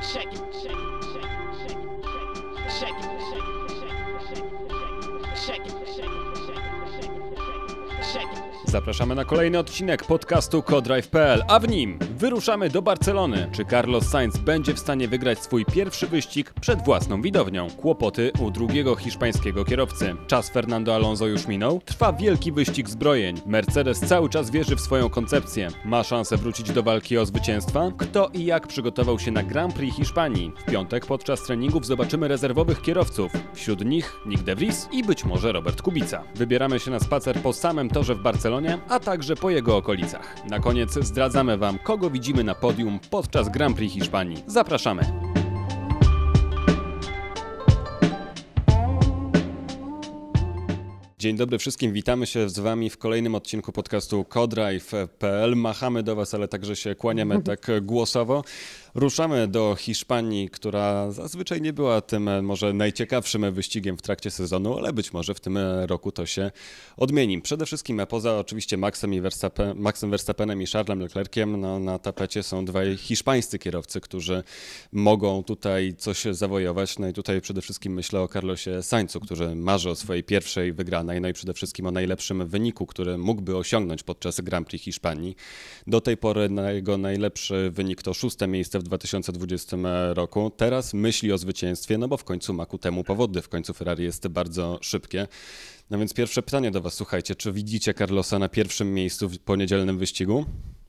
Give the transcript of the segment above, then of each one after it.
Zapraszamy na kolejny odcinek podcastu CoDrive.pl, a w nim wyruszamy do Barcelony. Czy Carlos Sainz będzie w stanie wygrać swój pierwszy wyścig przed własną widownią? Kłopoty u drugiego hiszpańskiego kierowcy. Czas Fernando Alonso już minął? Trwa wielki wyścig zbrojeń. Mercedes cały czas wierzy w swoją koncepcję. Ma szansę wrócić do walki o zwycięstwa? Kto i jak przygotował się na Grand Prix Hiszpanii? W piątek podczas treningów zobaczymy rezerwowych kierowców. Wśród nich Nyck de Vries i być może Robert Kubica. Wybieramy się na spacer po samym torze w Barcelonie, a także po jego okolicach. Na koniec zdradzamy Wam, kogo widzimy na podium podczas Grand Prix Hiszpanii. Zapraszamy! Dzień dobry wszystkim, witamy się z Wami w kolejnym odcinku podcastu CoDrive.pl. Machamy do Was, ale także się kłaniamy tak głosowo. Ruszamy do Hiszpanii, która zazwyczaj nie była tym może najciekawszym wyścigiem w trakcie sezonu, ale być może w tym roku to się odmieni. Przede wszystkim poza oczywiście Maxem Verstappenem i Charlesem Leclerciem na tapecie są dwaj hiszpańscy kierowcy, którzy mogą tutaj coś zawojować. No i tutaj przede wszystkim myślę o Carlosie Sainzu, który marzy o swojej pierwszej wygranej, no i przede wszystkim o najlepszym wyniku, który mógłby osiągnąć podczas Grand Prix Hiszpanii. Do tej pory jego najlepszy wynik to 6. miejsce w 2020 roku. Teraz myśli o zwycięstwie, no bo w końcu ma ku temu powody. W końcu Ferrari jest bardzo szybkie. No więc pierwsze pytanie do Was, słuchajcie, czy widzicie Carlosa na pierwszym miejscu w poniedzielnym wyścigu?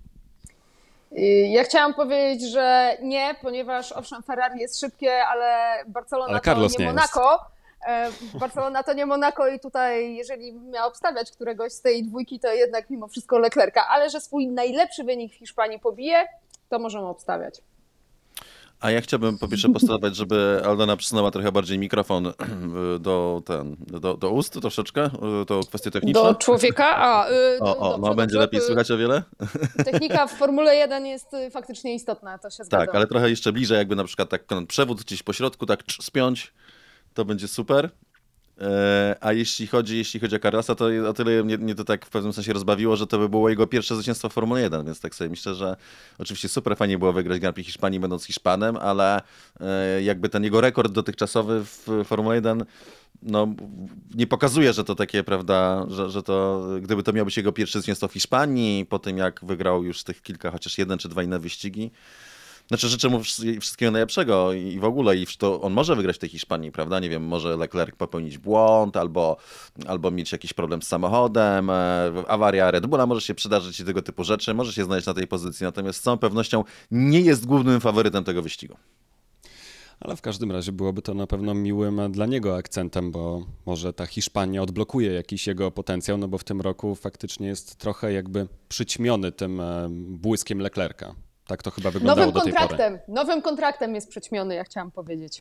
Ja chciałam powiedzieć, że nie, ponieważ owszem Ferrari jest szybkie, ale Barcelona to nie Monako. Barcelona to nie Monako i tutaj jeżeli miał obstawiać któregoś z tej dwójki, to jednak mimo wszystko Leclerca, ale że swój najlepszy wynik w Hiszpanii pobije, to możemy obstawiać. A ja chciałbym po pierwsze postulować, żeby Aldona przesunęła trochę bardziej mikrofon do ust troszeczkę, to kwestie techniczne. Do człowieka? No będzie lepiej słychać o wiele. Technika w Formule 1 jest faktycznie istotna, to się zgadza. Tak, ale trochę jeszcze bliżej, jakby na przykład tak przewód gdzieś po środku, tak spiąć, to będzie super. A jeśli chodzi o Carlosa, to o tyle mnie to tak w pewnym sensie rozbawiło, że to by było jego pierwsze zwycięstwo w Formule 1, więc tak sobie myślę, że oczywiście super fajnie było wygrać Grand Prix Hiszpanii będąc Hiszpanem, ale jakby ten jego rekord dotychczasowy w Formule 1 no, nie pokazuje, że to takie, prawda, że to gdyby to miał być jego pierwsze zwycięstwo w Hiszpanii, po tym jak wygrał już tych kilka, chociaż jeden czy dwa inne wyścigi. Znaczy życzę mu wszystkiego najlepszego i w ogóle i to on może wygrać w tej Hiszpanii, prawda? Nie wiem, może Leclerc popełnić błąd albo mieć jakiś problem z samochodem, awaria Red Bulla może się przydarzyć i tego typu rzeczy, może się znaleźć na tej pozycji, natomiast z całą pewnością nie jest głównym faworytem tego wyścigu. Ale w każdym razie byłoby to na pewno miłym dla niego akcentem, bo może ta Hiszpania odblokuje jakiś jego potencjał, no bo w tym roku faktycznie jest trochę jakby przyćmiony tym błyskiem Leclerca. Tak to chyba wyglądało do tej pory. Nowym kontraktem jest przyćmiony, ja chciałam powiedzieć.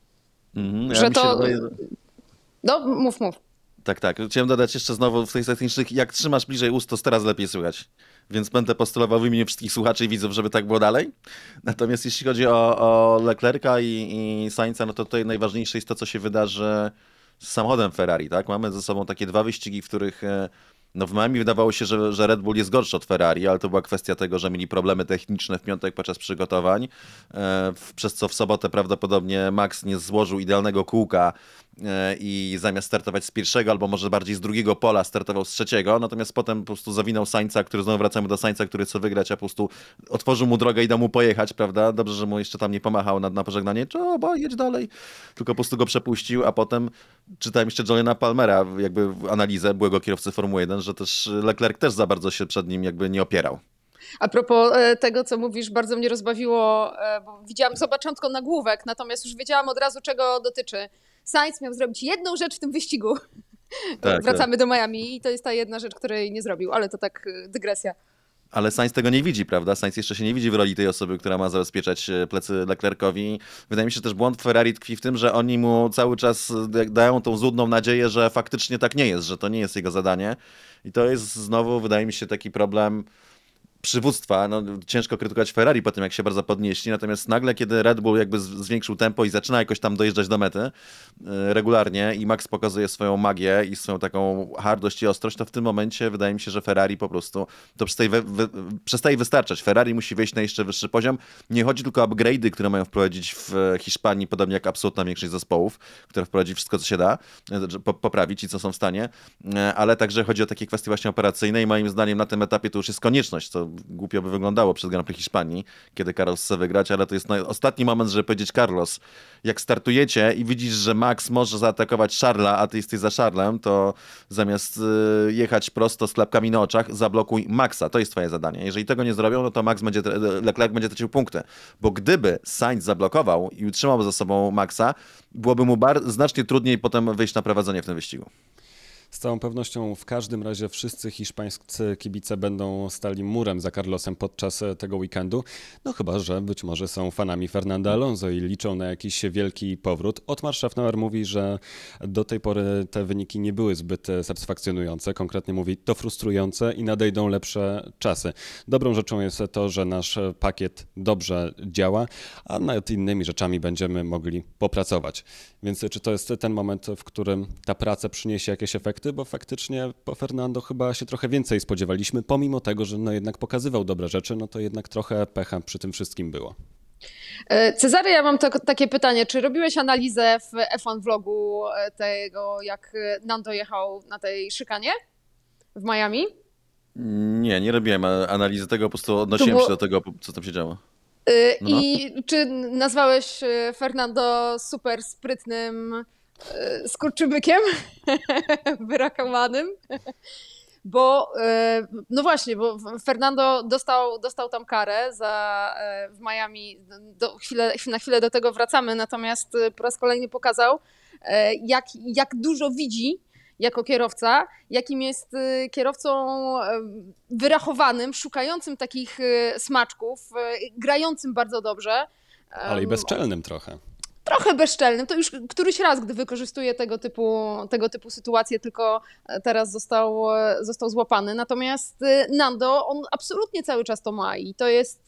Że to... No, mów. Tak. Chciałem dodać jeszcze znowu w tych technicznych, jak trzymasz bliżej ust, to teraz lepiej słychać. Więc będę postulował w imieniu wszystkich słuchaczy i widzów, żeby tak było dalej. Natomiast jeśli chodzi o Leclerca i Sainza, no to tutaj najważniejsze jest to, co się wydarzy z samochodem Ferrari, tak? Mamy ze sobą takie dwa wyścigi, w których... No w Miami wydawało się, że Red Bull jest gorszy od Ferrari, ale to była kwestia tego, że mieli problemy techniczne w piątek podczas przygotowań, przez co w sobotę prawdopodobnie Max nie złożył idealnego kółka i zamiast startować z pierwszego, albo może bardziej z drugiego pola, startował z trzeciego, natomiast potem po prostu zawinął Sainza, który znowu wracamy do Sainza, który chce wygrać, a po prostu otworzył mu drogę i dał mu pojechać, prawda? Dobrze, że mu jeszcze tam nie pomachał na pożegnanie, jedź dalej, tylko po prostu go przepuścił, a potem czytałem jeszcze Juliana Palmera, jakby analizę byłego kierowcy Formuły 1, że też Leclerc też za bardzo się przed nim jakby nie opierał. A propos tego, co mówisz, bardzo mnie rozbawiło, bo widziałam zobaczątko nagłówek, natomiast już wiedziałam od razu, czego dotyczy. Sainz miał zrobić jedną rzecz w tym wyścigu. Tak, wracamy do Miami i to jest ta jedna rzecz, której nie zrobił, ale to tak dygresja. Ale Sainz tego nie widzi, prawda? Sainz jeszcze się nie widzi w roli tej osoby, która ma zabezpieczać plecy Leclercowi. Wydaje mi się, że też błąd Ferrari tkwi w tym, że oni mu cały czas dają tą złudną nadzieję, że faktycznie tak nie jest, że to nie jest jego zadanie. I to jest znowu, wydaje mi się, taki problem przywództwa. No, ciężko krytykować Ferrari po tym, jak się bardzo podnieśli, natomiast nagle, kiedy Red Bull jakby zwiększył tempo i zaczyna jakoś tam dojeżdżać do mety regularnie i Max pokazuje swoją magię i swoją taką hardość i ostrość, to w tym momencie wydaje mi się, że Ferrari po prostu to przestaje wystarczać. Ferrari musi wejść na jeszcze wyższy poziom. Nie chodzi tylko o upgrade'y, które mają wprowadzić w Hiszpanii, podobnie jak absolutna większość zespołów, które wprowadzi wszystko, co się da, poprawić i co są w stanie, ale także chodzi o takie kwestie właśnie operacyjne i moim zdaniem na tym etapie to już jest konieczność, co głupio by wyglądało przed Grand Prix Hiszpanii, kiedy Carlos chce wygrać, ale to jest ostatni moment, żeby powiedzieć: Carlos, jak startujecie i widzisz, że Max może zaatakować Charlesa, a ty jesteś za Charlesem, to zamiast jechać prosto z klapkami na oczach, zablokuj Maxa. To jest twoje zadanie. Jeżeli tego nie zrobią, no to Leclerc będzie tracił punkty. Bo gdyby Sainz zablokował i utrzymał za sobą Maxa, byłoby mu znacznie trudniej potem wyjść na prowadzenie w tym wyścigu. Z całą pewnością w każdym razie wszyscy hiszpańscy kibice będą stali murem za Carlosem podczas tego weekendu. No chyba że być może są fanami Fernanda Alonso i liczą na jakiś wielki powrót. Otmar Szafnauer mówi, że do tej pory te wyniki nie były zbyt satysfakcjonujące. Konkretnie mówi, to frustrujące i nadejdą lepsze czasy. Dobrą rzeczą jest to, że nasz pakiet dobrze działa, a nad innymi rzeczami będziemy mogli popracować. Więc czy to jest ten moment, w którym ta praca przyniesie jakieś efekty? Bo faktycznie po Fernando chyba się trochę więcej spodziewaliśmy, pomimo tego, że no jednak pokazywał dobre rzeczy, no to jednak trochę pecha przy tym wszystkim było. Cezary, ja mam takie pytanie. Czy robiłeś analizę w F1 vlogu tego, jak Nando jechał na tej szykanie w Miami? Nie robiłem analizy tego, po prostu odnosiłem się do tego, co tam się działo. I czy nazwałeś Fernando super sprytnym skurczybykiem wyrakowanym? Bo no właśnie, bo Fernando dostał tam karę w Miami, na chwilę do tego wracamy, natomiast po raz kolejny pokazał, jak dużo widzi jako kierowca, jakim jest kierowcą wyrachowanym, szukającym takich smaczków, grającym bardzo dobrze. Ale i bezczelnym trochę. Trochę bezczelnym. To już któryś raz, gdy wykorzystuje tego typu sytuacje, tylko teraz został złapany. Natomiast Nando, on absolutnie cały czas to ma i to jest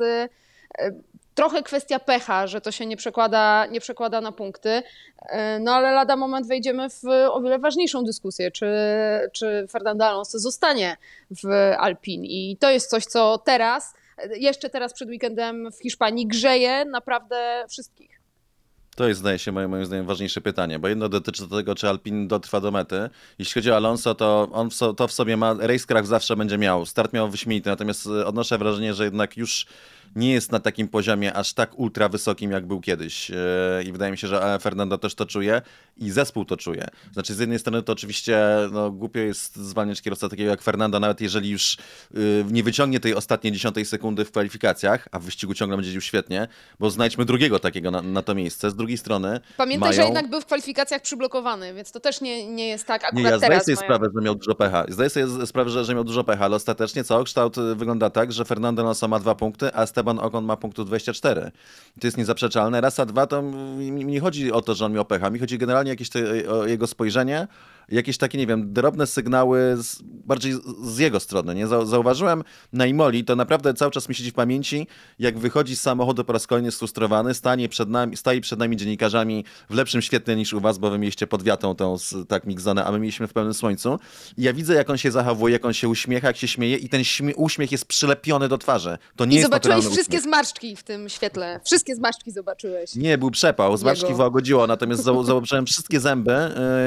trochę kwestia pecha, że to się nie przekłada na punkty. No ale lada moment wejdziemy w o wiele ważniejszą dyskusję, czy Fernando Alonso zostanie w Alpine. I to jest coś, co jeszcze teraz przed weekendem w Hiszpanii grzeje naprawdę wszystkich. To jest, zdaje się, moim zdaniem ważniejsze pytanie, bo jedno dotyczy tego, czy Alpine dotrwa do mety. Jeśli chodzi o Alonso, to on to w sobie ma, racecraft zawsze będzie miał, start miał wyśmienity, natomiast odnoszę wrażenie, że jednak już nie jest na takim poziomie aż tak ultra wysokim, jak był kiedyś. I wydaje mi się, że Fernando też to czuje i zespół to czuje. Znaczy z jednej strony to oczywiście głupio jest zwalniać kierowcę takiego jak Fernando, nawet jeżeli już nie wyciągnie tej ostatniej 10 sekundy w kwalifikacjach, a w wyścigu ciągle będzie już świetnie, bo znajdźmy drugiego takiego na to miejsce. Z drugiej strony pamiętaj, że jednak był w kwalifikacjach przyblokowany, więc to też nie jest tak akurat teraz. Zdaję sobie sprawę, że miał dużo pecha. Zdaję sobie sprawę, że miał dużo pecha, ale ostatecznie całokształt wygląda tak, że Fernando Alonso ma 2 punkty, a Esteban Ocon ma punktów 24. To jest niezaprzeczalne. Raz a dwa to mi nie chodzi o to, że on miał pecha. Mi chodzi generalnie jakieś o jego spojrzenie, jakieś takie, nie wiem, drobne sygnały bardziej z jego strony. Nie? Zauważyłem na Imoli, to naprawdę cały czas mi siedzi w pamięci, jak wychodzi z samochodu po raz kolejny sfrustrowany, staje przed nami dziennikarzami w lepszym świetle niż u was, bo wy mieliście pod wiatą tą tak migzonę, a my mieliśmy w pełnym słońcu. I ja widzę, jak on się zachowuje, jak on się uśmiecha, jak się śmieje i ten uśmiech jest przylepiony do twarzy. To nie jest zobaczyłeś wszystkie zmarszczki w tym świetle. Wszystkie zmarszczki zobaczyłeś. Nie, był przepał. Zmarszczki wyłagodziło, natomiast zobaczyłem wszystkie zęby,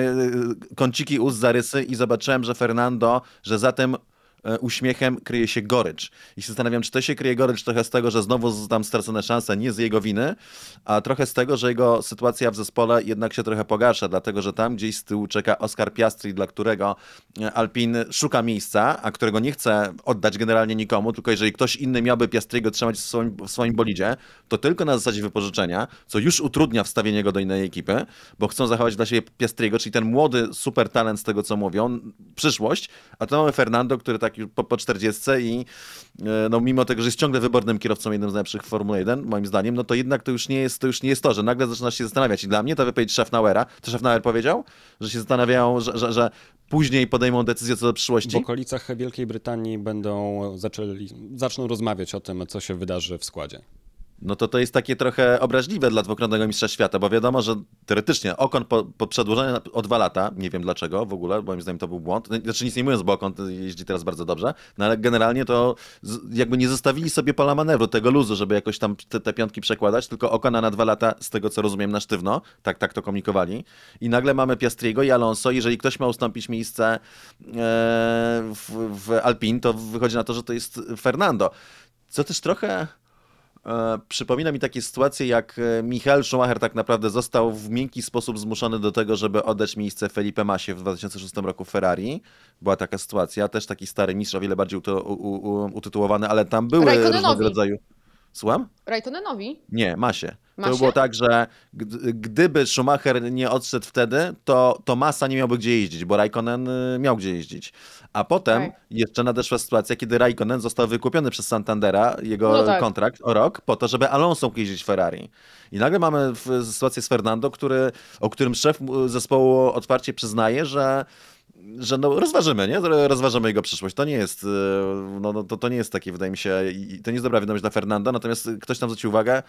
kąciki ust, zarysy i zobaczyłem, że Fernando, że za tym uśmiechem kryje się gorycz. I się zastanawiam, czy to się kryje gorycz trochę z tego, że znowu tam stracone szanse, nie z jego winy, a trochę z tego, że jego sytuacja w zespole jednak się trochę pogarsza, dlatego że tam gdzieś z tyłu czeka Oscar Piastri, dla którego Alpine szuka miejsca, a którego nie chce oddać generalnie nikomu, tylko jeżeli ktoś inny miałby Piastriego trzymać w swoim bolidzie, to tylko na zasadzie wypożyczenia, co już utrudnia wstawienie go do innej ekipy, bo chcą zachować dla siebie Piastriego, czyli ten młody super talent z tego, co mówią, przyszłość, a to mamy Fernando, który tak tak już po 40 i no mimo tego, że jest ciągle wybornym kierowcą, jednym z najlepszych w Formule 1, moim zdaniem, no to jednak to już nie jest to, że nagle zaczynasz się zastanawiać. I dla mnie ta wypowiedź Schaffnauera, to Schaffnauer powiedział, że się zastanawiają, że później podejmą decyzję co do przyszłości. W okolicach Wielkiej Brytanii zaczną rozmawiać o tym, co się wydarzy w składzie. No to jest takie trochę obraźliwe dla dwukrotnego mistrza świata, bo wiadomo, że teoretycznie Ocon po przedłużeniu o 2 lata, nie wiem dlaczego w ogóle, moim zdaniem to był błąd, znaczy nic nie mówiąc, bo Ocon jeździ teraz bardzo dobrze, no ale generalnie to jakby nie zostawili sobie pola manewru, tego luzu, żeby jakoś tam te piątki przekładać, tylko Ocona na 2 lata, z tego co rozumiem, na sztywno, tak to komunikowali i nagle mamy Piastriego i Alonso, jeżeli ktoś ma ustąpić miejsce w Alpine, to wychodzi na to, że to jest Fernando, co też trochę... Przypomina mi takie sytuacje, jak Michael Schumacher tak naprawdę został w miękki sposób zmuszony do tego, żeby oddać miejsce Felipe Massie w 2006 roku w Ferrari. Była taka sytuacja, też taki stary mistrz, o wiele bardziej utytułowany, ale tam były różnego rodzaju... Słucham? Raikkonenowi? Nie, Massie. To było tak, że gdyby Schumacher nie odszedł wtedy, to Massa nie miałby gdzie jeździć, bo Raikkonen miał gdzie jeździć. A potem jeszcze nadeszła sytuacja, kiedy Raikkonen został wykupiony przez Santandera, jego kontrakt o rok, po to, żeby Alonso mógł jeździć w Ferrari. I nagle mamy sytuację z Fernando, o którym szef zespołu otwarcie przyznaje, że no rozważymy, nie? Rozważymy jego przyszłość. To nie jest, to nie jest takie, wydaje mi się, to nie jest dobra wiadomość dla Fernanda, natomiast ktoś tam zwrócił uwagę,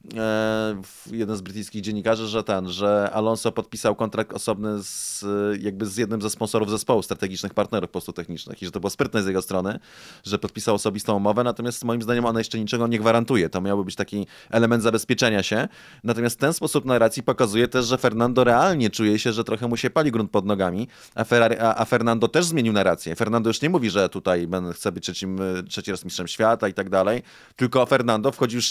jeden z brytyjskich dziennikarzy, że Alonso podpisał kontrakt osobny z jednym ze sponsorów zespołu, strategicznych partnerów po prostu technicznych i że to było sprytne z jego strony, że podpisał osobistą umowę, natomiast moim zdaniem ona jeszcze niczego nie gwarantuje. To miałby być taki element zabezpieczenia się. Natomiast ten sposób narracji pokazuje też, że Fernando realnie czuje się, że trochę mu się pali grunt pod nogami, a Fernando też zmienił narrację. Fernando już nie mówi, że tutaj chcę być trzeci raz mistrzem świata i tak dalej, tylko Fernando wchodzi już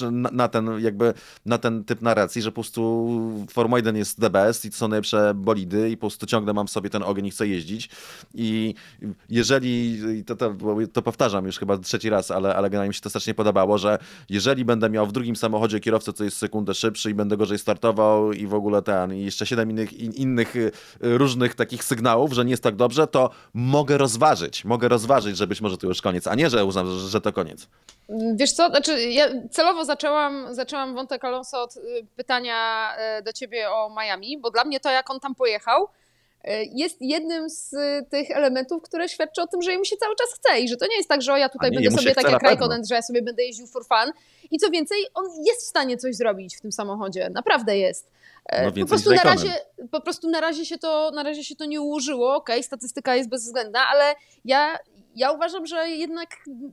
na ten typ narracji, że po prostu Formuła 1 jest the best i to są najlepsze bolidy i po prostu ciągle mam w sobie ten ogień i chcę jeździć. I jeżeli, to powtarzam już chyba 3. raz, ale generalnie mi się to strasznie podobało, że jeżeli będę miał w drugim samochodzie kierowcę, co jest sekundę szybszy i będę gorzej startował i w ogóle i jeszcze 7 innych różnych takich sygnałów, że nie jest tak dobrze, to mogę rozważyć, że być może to już koniec, a nie, że uznam, że to koniec. Wiesz co, znaczy ja celowo zaczęłam wątek Alonso od pytania do ciebie o Miami, bo dla mnie to, jak on tam pojechał, jest jednym z tych elementów, które świadczy o tym, że mu się cały czas chce i że to nie jest tak, że ja tutaj będę sobie tak jak Raikkonen, że ja sobie będę jeździł for fun i co więcej, on jest w stanie coś zrobić w tym samochodzie, naprawdę jest. No po prostu na razie się to nie ułożyło, okej, statystyka jest bezwzględna, ale ja uważam, że jednak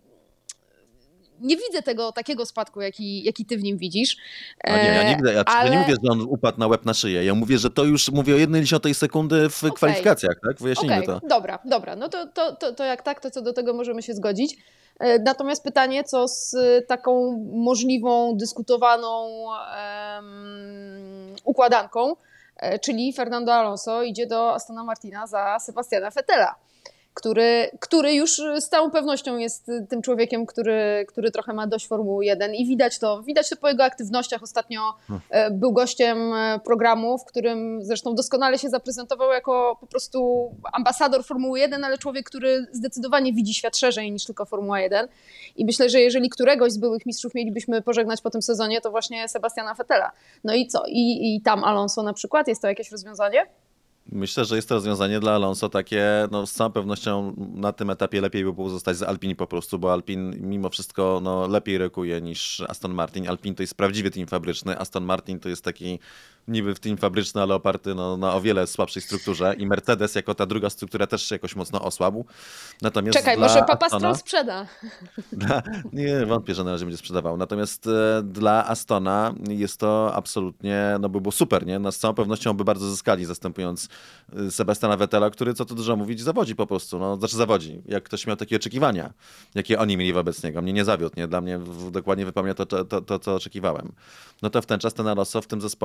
nie widzę tego takiego spadku, jaki ty w nim widzisz. Ja nie widzę. Ja nie mówię, że on upadł na łeb na szyję. Ja mówię, że to już mówię o 1/10 sekundy w kwalifikacjach, tak? Wyjaśnijmy to. Dobra. No to jak tak, to co do tego możemy się zgodzić. Natomiast pytanie, co z taką możliwą, dyskutowaną układanką, czyli Fernando Alonso idzie do Astona Martina za Sebastiana Vettela, który już z całą pewnością jest tym człowiekiem, który trochę ma dość Formuły 1 i widać to po jego aktywnościach. Ostatnio był gościem programu, w którym zresztą doskonale się zaprezentował jako po prostu ambasador Formuły 1, ale człowiek, który zdecydowanie widzi świat szerzej niż tylko Formuła 1 i myślę, że jeżeli któregoś z byłych mistrzów mielibyśmy pożegnać po tym sezonie, to właśnie Sebastiana Vettela. No i co? I tam Alonso na przykład? Jest to jakieś rozwiązanie? Myślę, że jest to rozwiązanie dla Alonso takie, z całą pewnością na tym etapie lepiej by było zostać z Alpine po prostu, bo Alpine mimo wszystko lepiej rokuje niż Aston Martin. Alpine to jest prawdziwy team fabryczny, Aston Martin to jest taki niby team fabryczny, ale oparty na o wiele słabszej strukturze i Mercedes jako ta druga struktura też się jakoś mocno osłabł. Natomiast czekaj, może Papa Stroll sprzeda. Nie, wątpię, że na razie będzie sprzedawał. Natomiast dla Astona jest to absolutnie, by było super, nie? Z całą pewnością by bardzo zyskali zastępując Sebastiana Vettela, który, co tu dużo mówić, zawodzi po prostu. Zawodzi. Jak ktoś miał takie oczekiwania, jakie oni mieli wobec niego. Mnie nie zawiódł, nie? Dla mnie dokładnie wypełnia to, co oczekiwałem. No to w ten czas ten Alonso w tym zespole to byłby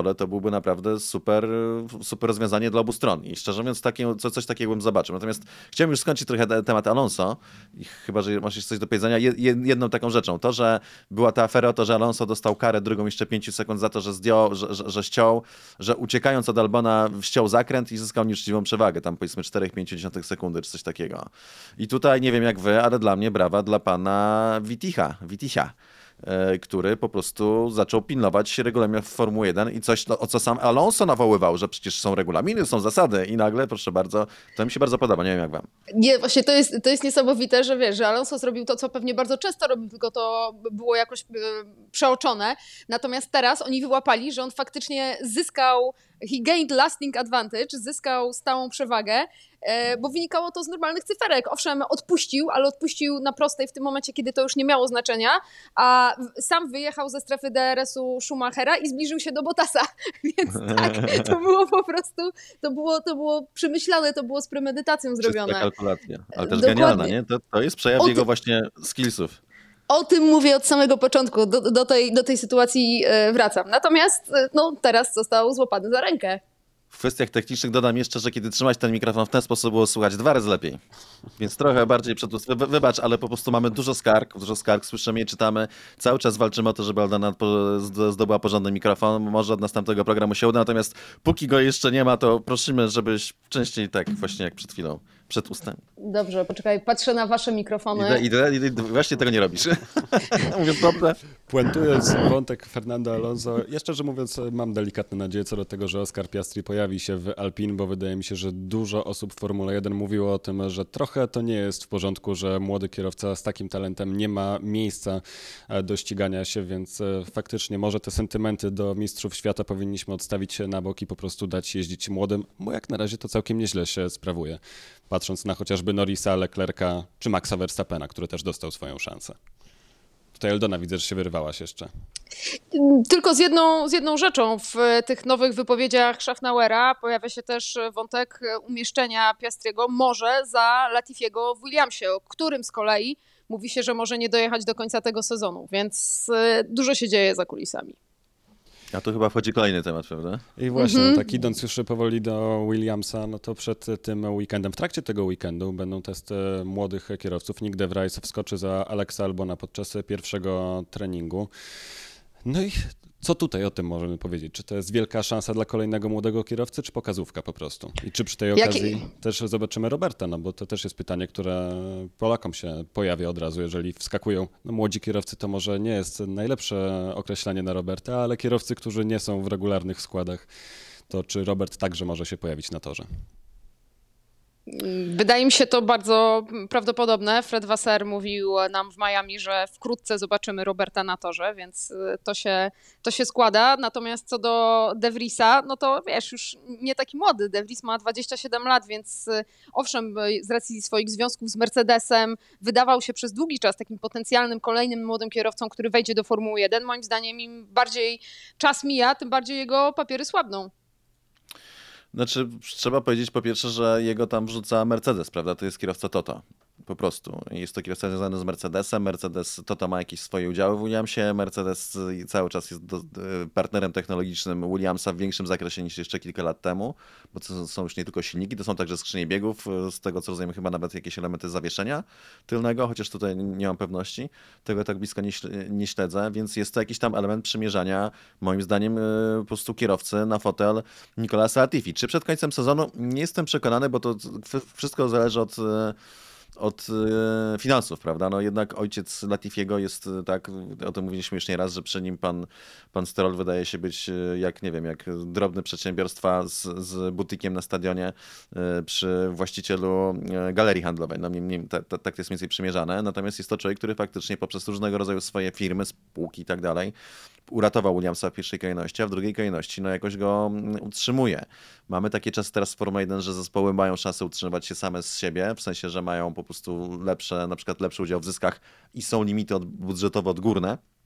byłoby naprawdę super rozwiązanie dla obu stron. I szczerze mówiąc, coś takiego bym zobaczył. Natomiast chciałem już skończyć trochę temat Alonso. I chyba, że masz jeszcze coś do powiedzenia. Jedną taką rzeczą. To, że była ta afera o to, że Alonso dostał karę drugą jeszcze 5 sekund za to, że ściął, że uciekając od Albona ściął zakręt i zyskał nieuczciwą przewagę. Tam powiedzmy 4,5 sekundy czy coś takiego. I tutaj nie wiem jak wy, ale dla mnie brawa dla pana Witicha, który po prostu zaczął pilnować regulaminów Formuły 1 i coś, o co sam Alonso nawoływał, że przecież są regulaminy, są zasady i nagle, proszę bardzo, to mi się bardzo podoba, nie wiem jak wam. Nie, właśnie to jest niesamowite, że wiesz, że Alonso zrobił to, co pewnie bardzo często robił, tylko to było jakoś przeoczone, natomiast teraz oni wyłapali, że on faktycznie he gained lasting advantage, zyskał stałą przewagę, bo wynikało to z normalnych cyferek. Owszem, ale odpuścił na prostej w tym momencie, kiedy to już nie miało znaczenia, a sam wyjechał ze strefy DRS-u Schumachera i zbliżył się do Bottasa. Więc tak, to było po prostu, to było przemyślane, to było z premedytacją zrobione. Czysta kalkulacja, ale też genialna, nie? To jest przejaw jego właśnie skillsów. O tym mówię od samego początku, do tej sytuacji wracam. Natomiast teraz został złapany za rękę. W kwestiach technicznych dodam jeszcze, że kiedy trzymać ten mikrofon w ten sposób było słuchać 2 razy lepiej. Więc trochę bardziej wybacz, ale po prostu mamy dużo skarg, słyszymy i czytamy. Cały czas walczymy o to, żeby Aldona zdobyła porządny mikrofon. Może od następnego programu się uda, natomiast póki go jeszcze nie ma, to prosimy, żebyś częściej tak właśnie jak przed chwilą, przed ustem. Dobrze, poczekaj, patrzę na wasze mikrofony. Właśnie tego nie robisz. Mówiąc dobrze. Puentując wątek Fernando Alonso, ja szczerze mówiąc mam delikatne nadzieję co do tego, że Oscar Piastri pojawi się w Alpine, bo wydaje mi się, że dużo osób w Formule 1 mówiło o tym, że trochę to nie jest w porządku, że młody kierowca z takim talentem nie ma miejsca do ścigania się, więc faktycznie może te sentymenty do mistrzów świata powinniśmy odstawić na bok i po prostu dać jeździć młodym, bo jak na razie to całkiem nieźle się sprawuje. Patrząc na chociażby Norrisa, Leclerca czy Maxa Verstappena, który też dostał swoją szansę. Tutaj Eldona widzę, że się wyrywałaś jeszcze. Tylko z jedną rzeczą. W tych nowych wypowiedziach Schaffnauera pojawia się też wątek umieszczenia Piastriego może za Latifiego w Williamsie, o którym z kolei mówi się, że może nie dojechać do końca tego sezonu, więc dużo się dzieje za kulisami. A tu chyba wchodzi kolejny temat, prawda? I właśnie, tak idąc już powoli do Williamsa, no to przed tym weekendem, w trakcie tego weekendu będą testy młodych kierowców. Nick de Vries wskoczy za Alexa Albona podczas pierwszego treningu. No i co tutaj o tym możemy powiedzieć? Czy to jest wielka szansa dla kolejnego młodego kierowcy, czy pokazówka po prostu? I czy przy tej okazji też zobaczymy Roberta? No bo to też jest pytanie, które Polakom się pojawia od razu, jeżeli wskakują. No młodzi kierowcy to może nie jest najlepsze określenie na Roberta, ale kierowcy, którzy nie są w regularnych składach, to czy Robert także może się pojawić na torze? Wydaje mi się to bardzo prawdopodobne. Fred Vasseur mówił nam w Miami, że wkrótce zobaczymy Roberta na torze, więc to się składa. Natomiast co do De Vriesa, no to wiesz, już nie taki młody. De Vries ma 27 lat, więc owszem, z racji swoich związków z Mercedesem wydawał się przez długi czas takim potencjalnym kolejnym młodym kierowcą, który wejdzie do Formuły 1. Moim zdaniem im bardziej czas mija, tym bardziej jego papiery słabną. Znaczy, trzeba powiedzieć po pierwsze, że jego tam wrzuca Mercedes, prawda? To jest kierowca Toto, po prostu. Jest to kierowca związany z Mercedesem. Toto ma jakieś swoje udziały w Williamsie. Mercedes cały czas jest partnerem technologicznym Williamsa w większym zakresie niż jeszcze kilka lat temu, bo to są już nie tylko silniki, to są także skrzynie biegów, z tego co rozumiem chyba nawet jakieś elementy zawieszenia tylnego, chociaż tutaj nie mam pewności. Tego tak blisko nie śledzę, więc jest to jakiś tam element przymierzania, moim zdaniem, po prostu kierowcy na fotel Nicolasa Latifi. Czy przed końcem sezonu? Nie jestem przekonany, bo to wszystko zależy od finansów, prawda? No jednak ojciec Latifiego jest tak, o tym mówiliśmy już nie raz, że przy nim pan Stroll wydaje się być jak, nie wiem, jak drobne przedsiębiorstwa z butikiem na stadionie przy właścicielu galerii handlowej. No tak jest mniej więcej przymierzane. Natomiast jest to człowiek, który faktycznie poprzez różnego rodzaju swoje firmy, spółki i tak dalej uratował Williamsa w pierwszej kolejności, a w drugiej kolejności no jakoś go utrzymuje. Mamy takie czasy teraz w Formule 1, że zespoły mają szansę utrzymywać się same z siebie, w sensie, że mają po prostu na przykład lepszy udział w zyskach i są limity budżetowo odgórne.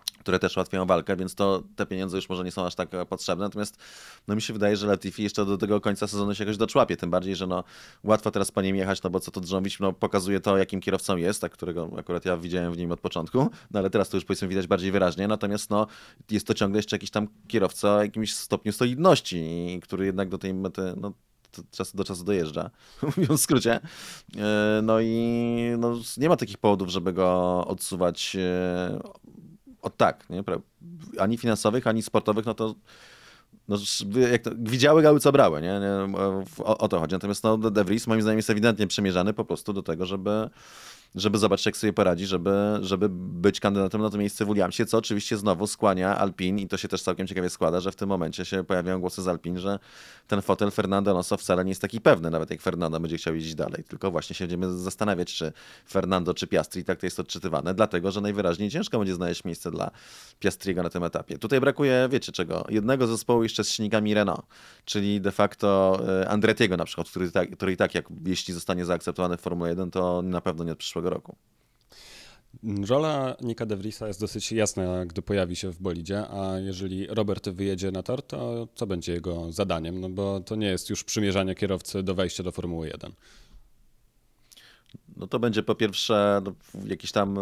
które też ułatwiają walkę, więc to te pieniądze już może nie są aż tak potrzebne. Natomiast no mi się wydaje, że Latifi jeszcze do tego końca sezonu się jakoś doczłapie. Tym bardziej, że no łatwo teraz po nim jechać, no bo co to Drzovic no pokazuje to, jakim kierowcą jest, tak, którego akurat ja widziałem w nim od początku, no ale teraz to już powiedzmy widać bardziej wyraźnie. Natomiast no jest to ciągle jeszcze jakiś tam kierowca o jakimś stopniu solidności, który jednak do tej mety no do czasu dojeżdża, mówiąc w skrócie. No i no, nie ma takich powodów, żeby go odsuwać tak, nie? Ani finansowych, ani sportowych, no to no, jak to widziały gały, co brały, nie? O to chodzi. Natomiast no, De Vries moim zdaniem jest ewidentnie przymierzany po prostu do tego, żeby zobaczyć, jak sobie poradzi, żeby być kandydatem na to miejsce w Williamsie, co oczywiście znowu skłania Alpine i to się też całkiem ciekawie składa, że w tym momencie się pojawiają głosy z Alpine, że ten fotel Fernando Alonso wcale nie jest taki pewny, nawet jak Fernando będzie chciał jeździć dalej, tylko właśnie się będziemy zastanawiać, czy Fernando, czy Piastri, tak to jest odczytywane, dlatego, że najwyraźniej ciężko będzie znaleźć miejsce dla Piastriego na tym etapie. Tutaj brakuje, wiecie czego, jednego zespołu jeszcze z silnikami Renault, czyli de facto Andrettiego na przykład, który i tak jeśli zostanie zaakceptowany w Formule 1, to na pewno nie od przyszłego roku. Rola Nicka De Vriesa jest dosyć jasna, gdy pojawi się w bolidzie, a jeżeli Robert wyjedzie na tor, to co będzie jego zadaniem? No bo to nie jest już przymierzanie kierowcy do wejścia do Formuły 1. No to będzie po pierwsze jakiś tam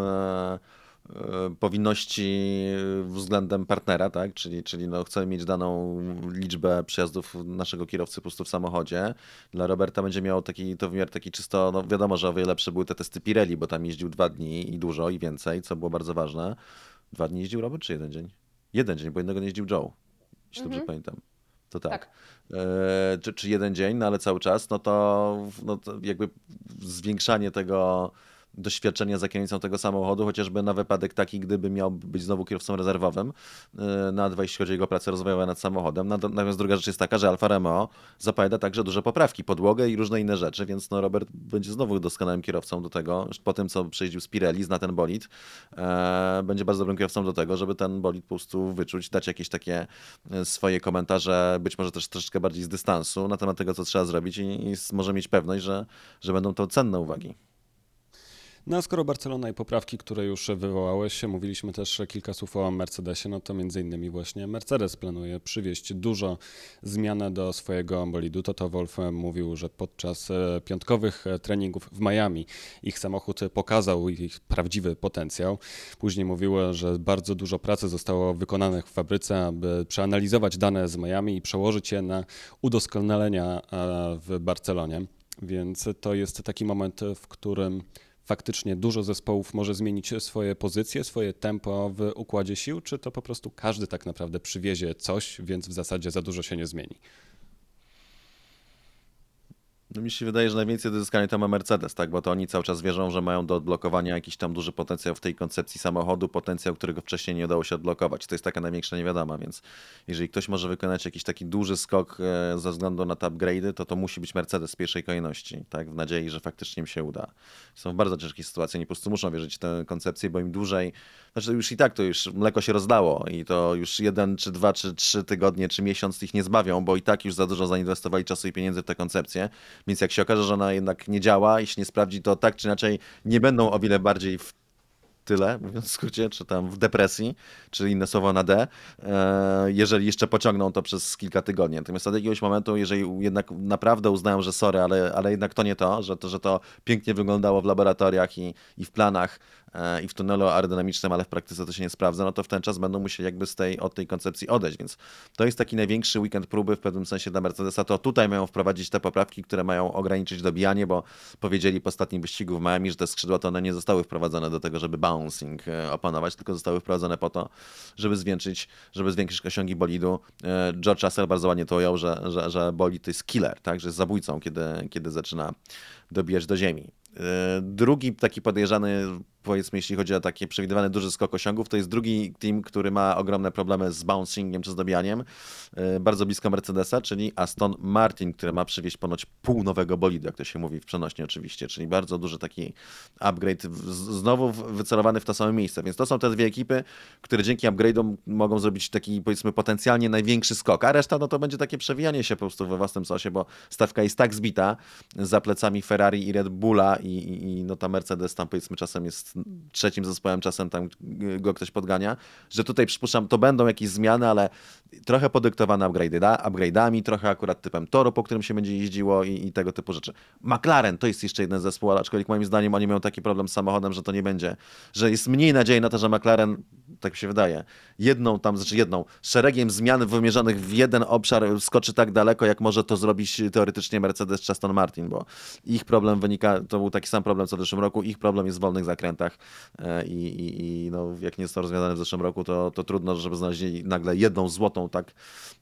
powinności względem partnera, tak? Czyli no chcemy mieć daną liczbę przejazdów naszego kierowcy po prostu w samochodzie. Dla Roberta będzie miał to wymiar taki czysto, no wiadomo, że o wiele lepsze były te testy Pirelli, bo tam jeździł 2 dni i dużo i więcej, co było bardzo ważne. 2 dni jeździł Robert, czy 1 dzień? 1 dzień, bo jednego nie jeździł Joe, jeśli dobrze pamiętam. To tak. Czy 1 dzień, no ale cały czas, no to jakby zwiększanie tego doświadczenia za kierownicą tego samochodu, chociażby na wypadek taki, gdyby miał być znowu kierowcą rezerwowym na 2, jeśli chodzi o jego pracę rozwojowe nad samochodem. Natomiast druga rzecz jest taka, że Alfa Romeo zapowiada także duże poprawki, podłogę i różne inne rzeczy, więc no Robert będzie znowu doskonałym kierowcą do tego, po tym co przejeździł z Pirelli, zna ten bolid, będzie bardzo dobrym kierowcą do tego, żeby ten bolid po prostu wyczuć, dać jakieś takie swoje komentarze, być może też troszeczkę bardziej z dystansu na temat tego, co trzeba zrobić i może mieć pewność, że będą to cenne uwagi. No a skoro Barcelona i poprawki, które już wywołałeś, mówiliśmy też kilka słów o Mercedesie, no to między innymi właśnie Mercedes planuje przywieźć dużo zmian do swojego bolidu. Toto Wolff mówił, że podczas piątkowych treningów w Miami ich samochód pokazał ich prawdziwy potencjał. Później mówił, że bardzo dużo pracy zostało wykonanych w fabryce, aby przeanalizować dane z Miami i przełożyć je na udoskonalenia w Barcelonie. Więc to jest taki moment, w którym faktycznie dużo zespołów może zmienić swoje pozycje, swoje tempo w układzie sił, czy to po prostu każdy tak naprawdę przywiezie coś, więc w zasadzie za dużo się nie zmieni? No mi się wydaje, że najwięcej do zyskania to ma Mercedes, tak? Bo to oni cały czas wierzą, że mają do odblokowania jakiś tam duży potencjał w tej koncepcji samochodu, potencjał, którego wcześniej nie udało się odblokować. To jest taka największa niewiadoma, więc jeżeli ktoś może wykonać jakiś taki duży skok ze względu na te upgrade'y, to musi być Mercedes w pierwszej kolejności, tak? W nadziei, że faktycznie im się uda. Są w bardzo ciężkiej sytuacji, oni po prostu muszą wierzyć w tę koncepcję, bo im dłużej, znaczy już i tak to już mleko się rozlało i to już 1, czy 2, czy 3 tygodnie, czy miesiąc ich nie zbawią, bo i tak już za dużo zainwestowali czasu i pieniędzy w tę koncepcję. Więc jak się okaże, że ona jednak nie działa i się nie sprawdzi, to tak czy inaczej nie będą o wiele bardziej w tyle, mówiąc w skrócie, czy tam w depresji, czy inne słowo na D, jeżeli jeszcze pociągną to przez kilka tygodni. Natomiast od jakiegoś momentu, jeżeli jednak naprawdę uznają, że sorry, ale jednak to nie to, że to pięknie wyglądało w laboratoriach i w planach i w tunelu aerodynamicznym, ale w praktyce to się nie sprawdza, no to w ten czas będą musieli jakby od tej koncepcji odejść, więc to jest taki największy weekend próby w pewnym sensie dla Mercedesa, to tutaj mają wprowadzić te poprawki, które mają ograniczyć dobijanie, bo powiedzieli po ostatnim wyścigu w Miami, że te skrzydła to one nie zostały wprowadzone do tego, żeby bouncing opanować, tylko zostały wprowadzone po to, żeby zwiększyć osiągi bolidu. George Russell bardzo ładnie to ujął, że bolid to jest killer, tak, że jest zabójcą, kiedy zaczyna dobijać do ziemi. Drugi taki podejrzany, powiedzmy, jeśli chodzi o taki przewidywany duży skok osiągów, to jest drugi team, który ma ogromne problemy z bouncingiem czy z dobijaniem, bardzo blisko Mercedesa, czyli Aston Martin, który ma przywieźć ponoć pół nowego bolidu, jak to się mówi w przenośni oczywiście, czyli bardzo duży taki upgrade, znowu wycelowany w to samo miejsce, więc to są te dwie ekipy, które dzięki upgrade'om mogą zrobić taki, powiedzmy, potencjalnie największy skok, a reszta no to będzie takie przewijanie się po prostu we własnym sosie, bo stawka jest tak zbita za plecami Ferrari i Red Bulla i no ta Mercedes tam, powiedzmy, czasem jest jest trzecim zespołem, czasem tam go ktoś podgania, że tutaj przypuszczam, to będą jakieś zmiany, ale trochę podyktowane upgrade'ami, trochę akurat typem toru, po którym się będzie jeździło i tego typu rzeczy. McLaren to jest jeszcze jeden zespół, aczkolwiek moim zdaniem oni mają taki problem z samochodem, że to nie będzie, że jest mniej nadziei na to, że McLaren, tak mi się wydaje, szeregiem zmian wymierzonych w jeden obszar skoczy tak daleko, jak może to zrobić teoretycznie Mercedes czy Aston Martin, bo ich problem wynika, to był taki sam problem co w zeszłym roku, ich problem jest w wolnych zakrętach i no, jak nie jest to rozwiązane w zeszłym roku, to trudno, żeby znaleźli nagle jedną złotą, tak,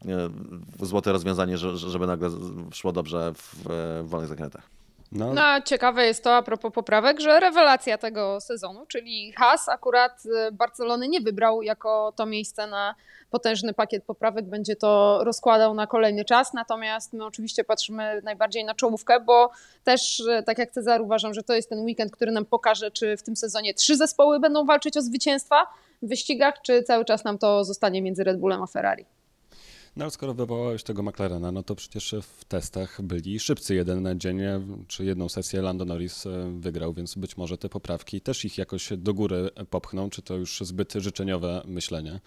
złote rozwiązanie, żeby nagle szło dobrze w wolnych zakrętach. No, ciekawe jest to a propos poprawek, że rewelacja tego sezonu, czyli Haas akurat Barcelony nie wybrał jako to miejsce na potężny pakiet poprawek, będzie to rozkładał na kolejny czas, natomiast my oczywiście patrzymy najbardziej na czołówkę, bo też, tak jak Cezar, uważam, że to jest ten weekend, który nam pokaże, czy w tym sezonie 3 zespoły będą walczyć o zwycięstwa w wyścigach, czy cały czas nam to zostanie między Red Bullem a Ferrari. No ale skoro wywołałeś tego McLarena, no to przecież w testach byli szybcy jeden dzień, czy jedną sesję Lando Norris wygrał, więc być może te poprawki też ich jakoś do góry popchną, czy to już zbyt życzeniowe myślenie?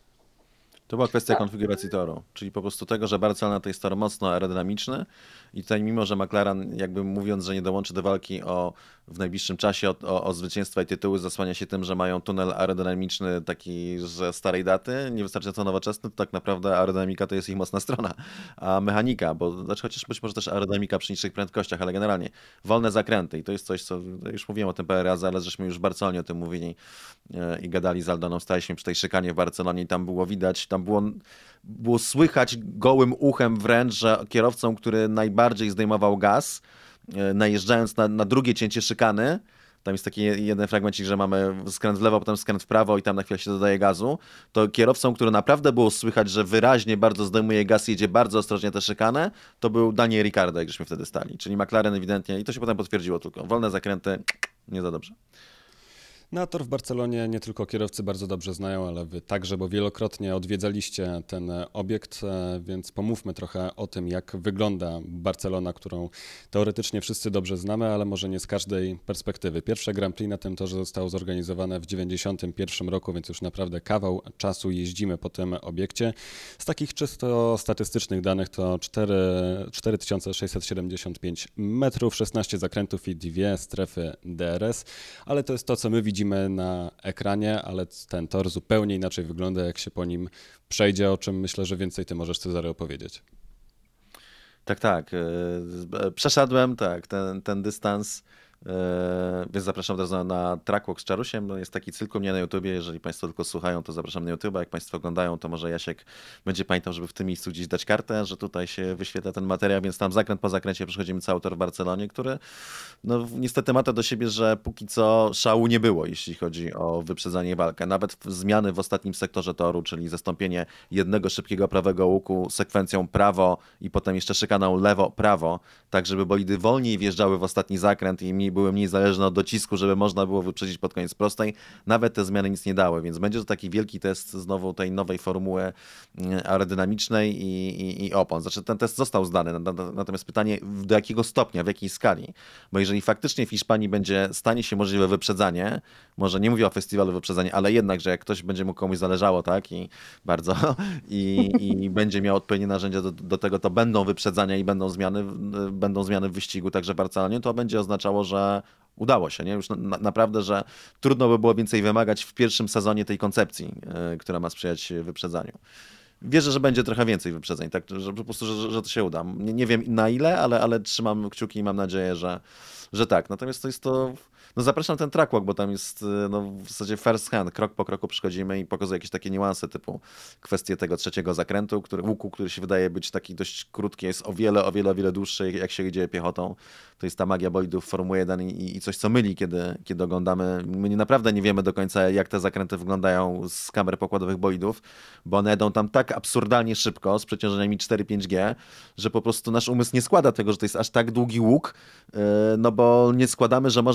To była kwestia konfiguracji toru, czyli po prostu tego, że Barcelona to jest tor mocno aerodynamiczny i tutaj mimo, że McLaren jakby mówiąc, że nie dołączy do walki w najbliższym czasie o zwycięstwa i tytuły, zasłania się tym, że mają tunel aerodynamiczny taki ze starej daty, niewystarczająco nowoczesny, to tak naprawdę aerodynamika to jest ich mocna strona, a mechanika, chociaż być może też aerodynamika przy niższych prędkościach, ale generalnie wolne zakręty i to jest coś, co już mówiłem o tym parę razy, ale żeśmy już w Barcelonie o tym mówili i gadali z Aldoną, staliśmy przy tej szykanie w Barcelonie i tam było widać, było słychać gołym uchem wręcz, że kierowcą, który najbardziej zdejmował gaz, najeżdżając na drugie cięcie szykany, tam jest taki jeden fragmencik, że mamy skręt w lewo, potem skręt w prawo i tam na chwilę się dodaje gazu, to kierowcą, który naprawdę było słychać, że wyraźnie bardzo zdejmuje gaz i jedzie bardzo ostrożnie tę szykanę, to był Daniel Ricciardo, jak żeśmy wtedy stali. Czyli McLaren ewidentnie, i to się potem potwierdziło tylko, wolne zakręty, nie za dobrze. No, tor w Barcelonie nie tylko kierowcy bardzo dobrze znają, ale wy także, bo wielokrotnie odwiedzaliście ten obiekt, więc pomówmy trochę o tym, jak wygląda Barcelona, którą teoretycznie wszyscy dobrze znamy, ale może nie z każdej perspektywy. Pierwsze Grand Prix na tym torze zostało zorganizowane w 1991 roku, więc już naprawdę kawał czasu jeździmy po tym obiekcie. Z takich czysto statystycznych danych to 4675 metrów, 16 zakrętów i 2 strefy DRS, ale to jest to, co my widzimy na ekranie, ale ten tor zupełnie inaczej wygląda, jak się po nim przejdzie, o czym myślę, że więcej ty możesz, Cezary, opowiedzieć. Tak. Przeszedłem ten dystans, więc zapraszam od razu na Trackwalk z Czarusiem. No jest taki cykl u mnie na YouTubie, jeżeli Państwo tylko słuchają, to zapraszam na YouTube, jak Państwo oglądają, to może Jasiek będzie pamiętał, żeby w tym miejscu gdzieś dać kartę, że tutaj się wyświetla ten materiał, więc tam zakręt po zakręcie przechodzimy cały tor w Barcelonie, który no niestety ma to do siebie, że póki co szału nie było, jeśli chodzi o wyprzedzanie i walkę. Nawet zmiany w ostatnim sektorze toru, czyli zastąpienie jednego szybkiego prawego łuku sekwencją prawo i potem jeszcze szykaną lewo-prawo, tak żeby bolidy wolniej wjeżdżały w ostatni zakręt i były mniej zależne od docisku, żeby można było wyprzedzić pod koniec prostej. Nawet te zmiany nic nie dały, więc będzie to taki wielki test znowu tej nowej formuły aerodynamicznej i opon. Znaczy ten test został zdany, natomiast pytanie do jakiego stopnia, w jakiej skali? Bo jeżeli faktycznie w Hiszpanii stanie się możliwe wyprzedzanie, może nie mówię o festiwalu wyprzedzania, ale jednak, że jak ktoś będzie mu komuś zależało, tak, i bardzo, i będzie miał odpowiednie narzędzia do tego, to będą wyprzedzania i będą zmiany w wyścigu, także w Barcelonie, to będzie oznaczało, że udało się, nie? Już naprawdę, że trudno by było więcej wymagać w pierwszym sezonie tej koncepcji, która ma sprzyjać wyprzedzaniu. Wierzę, że będzie trochę więcej wyprzedzeń, tak, że po prostu, że to się uda. Nie wiem na ile, ale trzymam kciuki i mam nadzieję, że tak. Natomiast to jest to... No zapraszam ten Trackwalk, bo tam jest w zasadzie first hand, krok po kroku przychodzimy i pokazuje jakieś takie niuanse typu kwestie tego trzeciego zakrętu, łuku, który się wydaje być taki dość krótki, jest o wiele dłuższy, jak się idzie piechotą. To jest ta magia bolidów Formuły 1 i coś, co myli, kiedy oglądamy. My naprawdę nie wiemy do końca, jak te zakręty wyglądają z kamer pokładowych bolidów, bo one jedą tam tak absurdalnie szybko, z przeciążeniami 4-5G, że po prostu nasz umysł nie składa tego, że to jest aż tak długi łuk, no bo nie składamy, że można w tak krótkim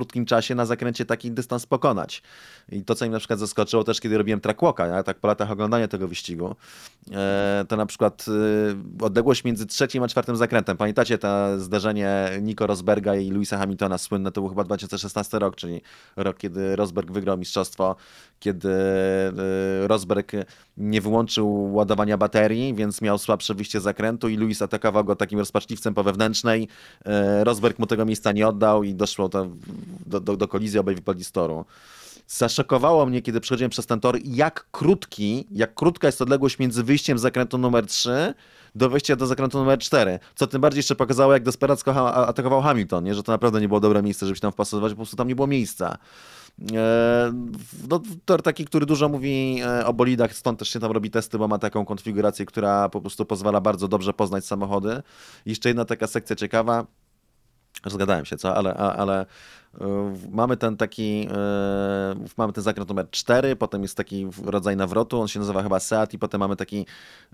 krótkim czasie na zakręcie taki dystans pokonać. I to, co mnie na przykład zaskoczyło też, kiedy robiłem track walka, ja tak po latach oglądania tego wyścigu, to na przykład odległość między trzecim a czwartym zakrętem. Pamiętacie to zdarzenie Nico Rosberga i Lewisa Hamiltona słynne, to był chyba 2016 rok, czyli rok, kiedy Rosberg wygrał mistrzostwo, kiedy Rosberg nie wyłączył ładowania baterii, więc miał słabsze wyjście z zakrętu i Lewis atakował go takim rozpaczliwcem po wewnętrznej. Rosberg mu tego miejsca nie oddał i doszło to do kolizji, obaj wypadli z toru. Zaszokowało mnie, kiedy przechodziłem przez ten tor, jak krótka jest odległość między wyjściem z zakrętu numer 3 do wejścia do zakrętu numer 4. Co tym bardziej jeszcze pokazało, jak desperacko atakował Hamilton, nie? Że to naprawdę nie było dobre miejsce, żeby się tam wpasować, po prostu tam nie było miejsca. Tor taki, który dużo mówi o bolidach, stąd też się tam robi testy, bo ma taką konfigurację, która po prostu pozwala bardzo dobrze poznać samochody. Jeszcze jedna taka sekcja ciekawa, zgadałem się, co? Ale mamy ten zakręt numer 4, potem jest taki rodzaj nawrotu, on się nazywa chyba Seat i potem mamy taki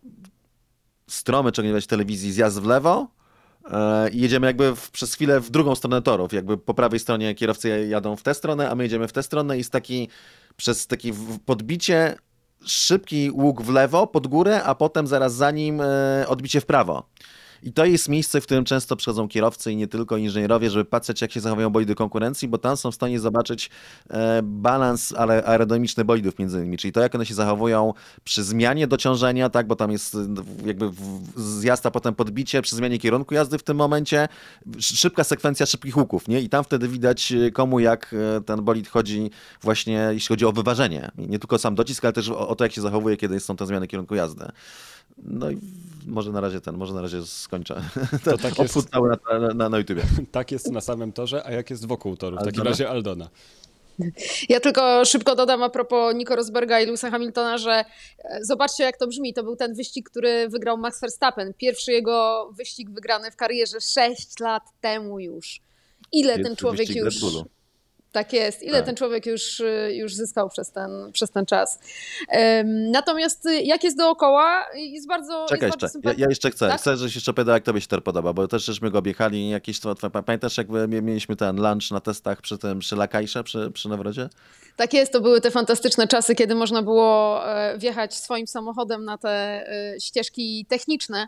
stromy, czego nie widać w telewizji, zjazd w lewo i jedziemy jakby przez chwilę w drugą stronę torów, jakby po prawej stronie kierowcy jadą w tę stronę, a my jedziemy w tę stronę i jest przez takie podbicie szybki łuk w lewo, pod górę, a potem zaraz za nim odbicie w prawo. I to jest miejsce, w którym często przychodzą kierowcy i nie tylko inżynierowie, żeby patrzeć, jak się zachowują bolidy konkurencji, bo tam są w stanie zobaczyć balans aerodynamiczny bolidów między innymi, czyli to, jak one się zachowują przy zmianie dociążenia, tak, bo tam jest jakby zjazd, a potem podbicie, przy zmianie kierunku jazdy w tym momencie, szybka sekwencja szybkich łuków, nie? I tam wtedy widać, komu jak ten bolid chodzi właśnie, jeśli chodzi o wyważenie. I nie tylko sam docisk, ale też o to, jak się zachowuje, kiedy są te zmiany kierunku jazdy. No i może na razie skończę. To tak jest cały na YouTubie. Tak jest na samym torze, a jak jest wokół toru? W takim razie Aldona. Ja tylko szybko dodam a propos Nico Rosberga i Lewisa Hamiltona, że zobaczcie, jak to brzmi. To był ten wyścig, który wygrał Max Verstappen. Pierwszy jego wyścig wygrany w karierze 6 lat temu już. Ile ten człowiek już... Tak jest. Ile ten człowiek już zyskał przez ten czas. Natomiast jak jest dookoła, jest bardzo... Czekaj jeszcze, ja jeszcze chcę. Tak? Chcę, żebyś jeszcze powiedział, jak tobie się tor podoba, bo też żeśmy go objechali jakieś... Pamiętasz, jak mieliśmy ten lunch na testach przy Lakajsze, przy Nawrodzie? Tak jest, to były te fantastyczne czasy, kiedy można było wjechać swoim samochodem na te ścieżki techniczne